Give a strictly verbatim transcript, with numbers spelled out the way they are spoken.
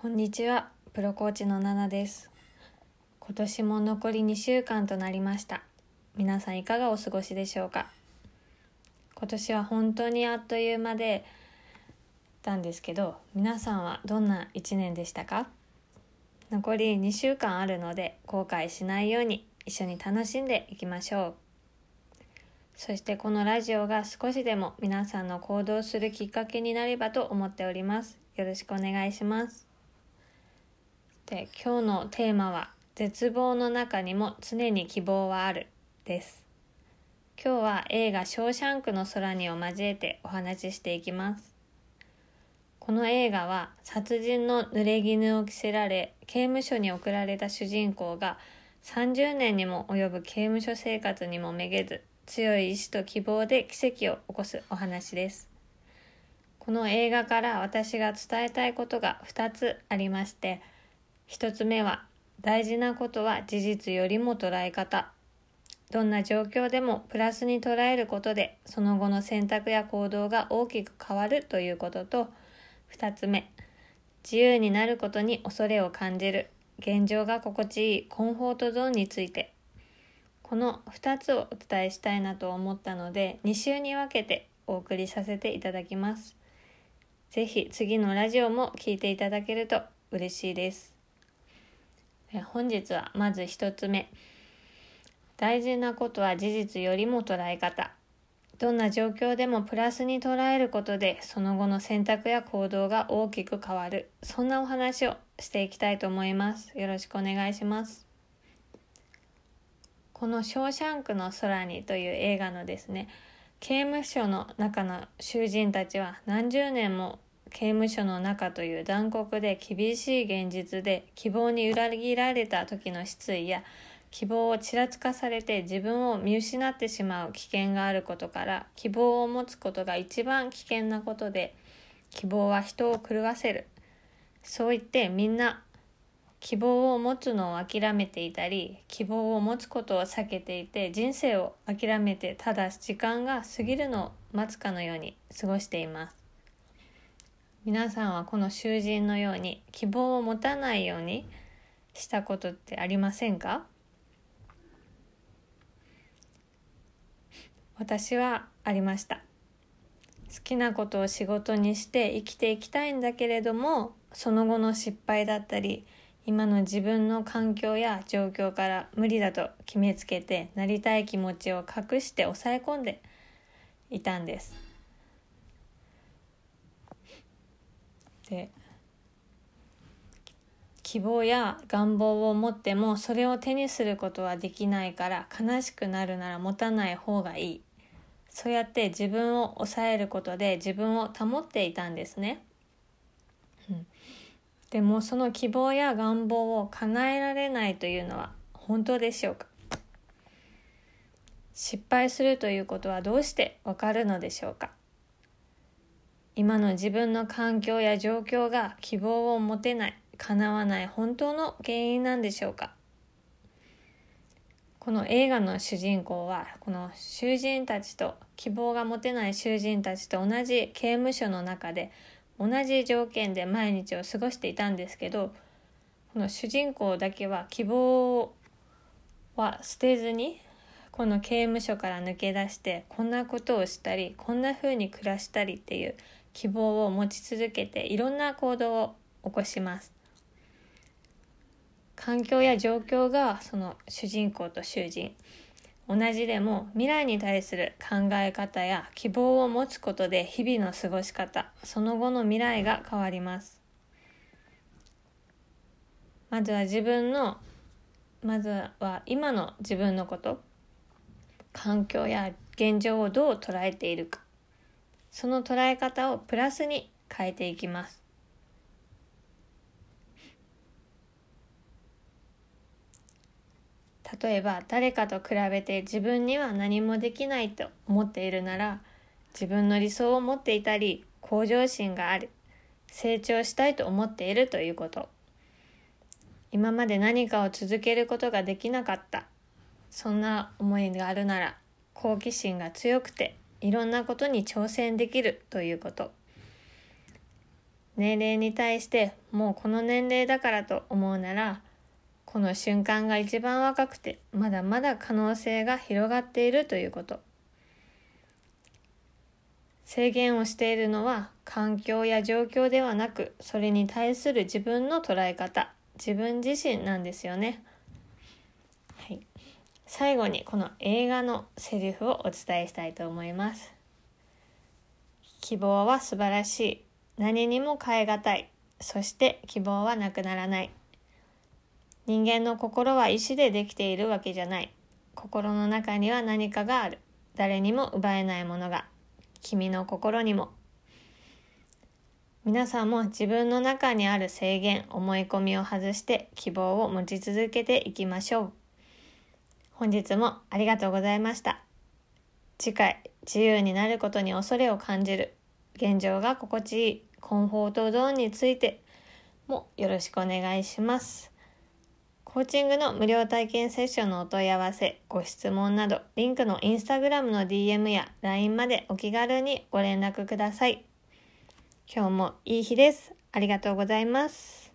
こんにちは、プロコーチのナナです。今年も残りにしゅうかんとなりました。皆さんいかがお過ごしでしょうか。今年は本当にあっという間でたんですけど、皆さんはどんないちねんでしたか？残りにしゅうかんあるので後悔しないように一緒に楽しんでいきましょう。そしてこのラジオが少しでも皆さんの行動するきっかけになればと思っております。よろしくお願いします。で、今日のテーマは絶望の中にも常に希望はあるです。今日は映画ショーシャンクの空にを交えてお話ししていきます。この映画は殺人の濡れ衣を着せられ刑務所に送られた主人公がさんじゅうねんにも及ぶ刑務所生活にもめげず強い意志と希望で奇跡を起こすお話です。この映画から私が伝えたいことがふたつありまして、ひとつめは大事なことは事実よりも捉え方。どんな状況でもプラスに捉えることでその後の選択や行動が大きく変わるということと、ふたつめ、自由になることに恐れを感じる、現状が心地いいコンフォートゾーンについて。このふたつをお伝えしたいなと思ったのでに週に分けてお送りさせていただきます。ぜひ次のラジオも聞いていただけると嬉しいです。本日はまずひとつめ、大事なことは事実よりも捉え方。どんな状況でもプラスに捉えることでその後の選択や行動が大きく変わる、そんなお話をしていきたいと思います。よろしくお願いします。このショーシャンクの空にという映画のですね、刑務所の中の囚人たちは何十年も刑務所の中という残酷で厳しい現実で希望に裏切られた時の失意や希望をちらつかされて自分を見失ってしまう危険があることから、希望を持つことが一番危険なことで、希望は人を狂わせる。そう言ってみんな希望を持つのを諦めていたり、希望を持つことを避けていて人生を諦めてただ時間が過ぎるのを待つかのように過ごしています。皆さんはこの囚人のように希望を持たないようにしたことってありませんか？私はありました。好きなことを仕事にして生きていきたいんだけれども、その後の失敗だったり今の自分の環境や状況から無理だと決めつけて、なりたい気持ちを隠して抑え込んでいたんです。で、希望や願望を持ってもそれを手にすることはできないから、悲しくなるなら持たない方がいい。そうやって自分を抑えることで自分を保っていたんですね。うん、でもその希望や願望を叶えられないというのは本当でしょうか？失敗するということはどうしてわかるのでしょうか？今の自分の環境や状況が希望を持てない、叶わない本当の原因なんでしょうか？この映画の主人公はこの囚人たちと、希望が持てない囚人たちと同じ刑務所の中で同じ条件で毎日を過ごしていたんですけど、この主人公だけは希望は捨てずにこの刑務所から抜け出して、こんなことをしたりこんな風に暮らしたりっていう希望を持ち続けていろんな行動を起こします。環境や状況がその主人公と囚人同じでも、未来に対する考え方や希望を持つことで日々の過ごし方、その後の未来が変わります。まずは自分のまずは今の自分のこと、環境や現状をどう捉えているか、その捉え方をプラスに変えていきます。例えば誰かと比べて自分には何もできないと思っているなら、自分の理想を持っていたり向上心がある、成長したいと思っているということ、今まで何かを続けることができなかった、そんな思いがあるなら好奇心が強くていろんなことに挑戦できるということ、 年齢に対してもうこの年齢だからと思うなら、この瞬間が一番若くてまだまだ可能性が広がっているということ。制限をしているのは環境や状況ではなく、それに対する自分の捉え方、自分自身なんですよね。はい、最後にこの映画のセリフをお伝えしたいと思います。希望は素晴らしい。何にも変えがたい。そして希望はなくならない。人間の心は意志でできているわけじゃない。心の中には何かがある。誰にも奪えないものが。君の心にも。皆さんも自分の中にある制限、思い込みを外して希望を持ち続けていきましょう。本日もありがとうございました。次回、自由になることに恐れを感じる、現状が心地いいコンフォートゾーンについてもよろしくお願いします。コーチングの無料体験セッションのお問い合わせ、ご質問など、リンクのインスタグラムの ディーエム や ライン までお気軽にご連絡ください。今日もいい日です。ありがとうございます。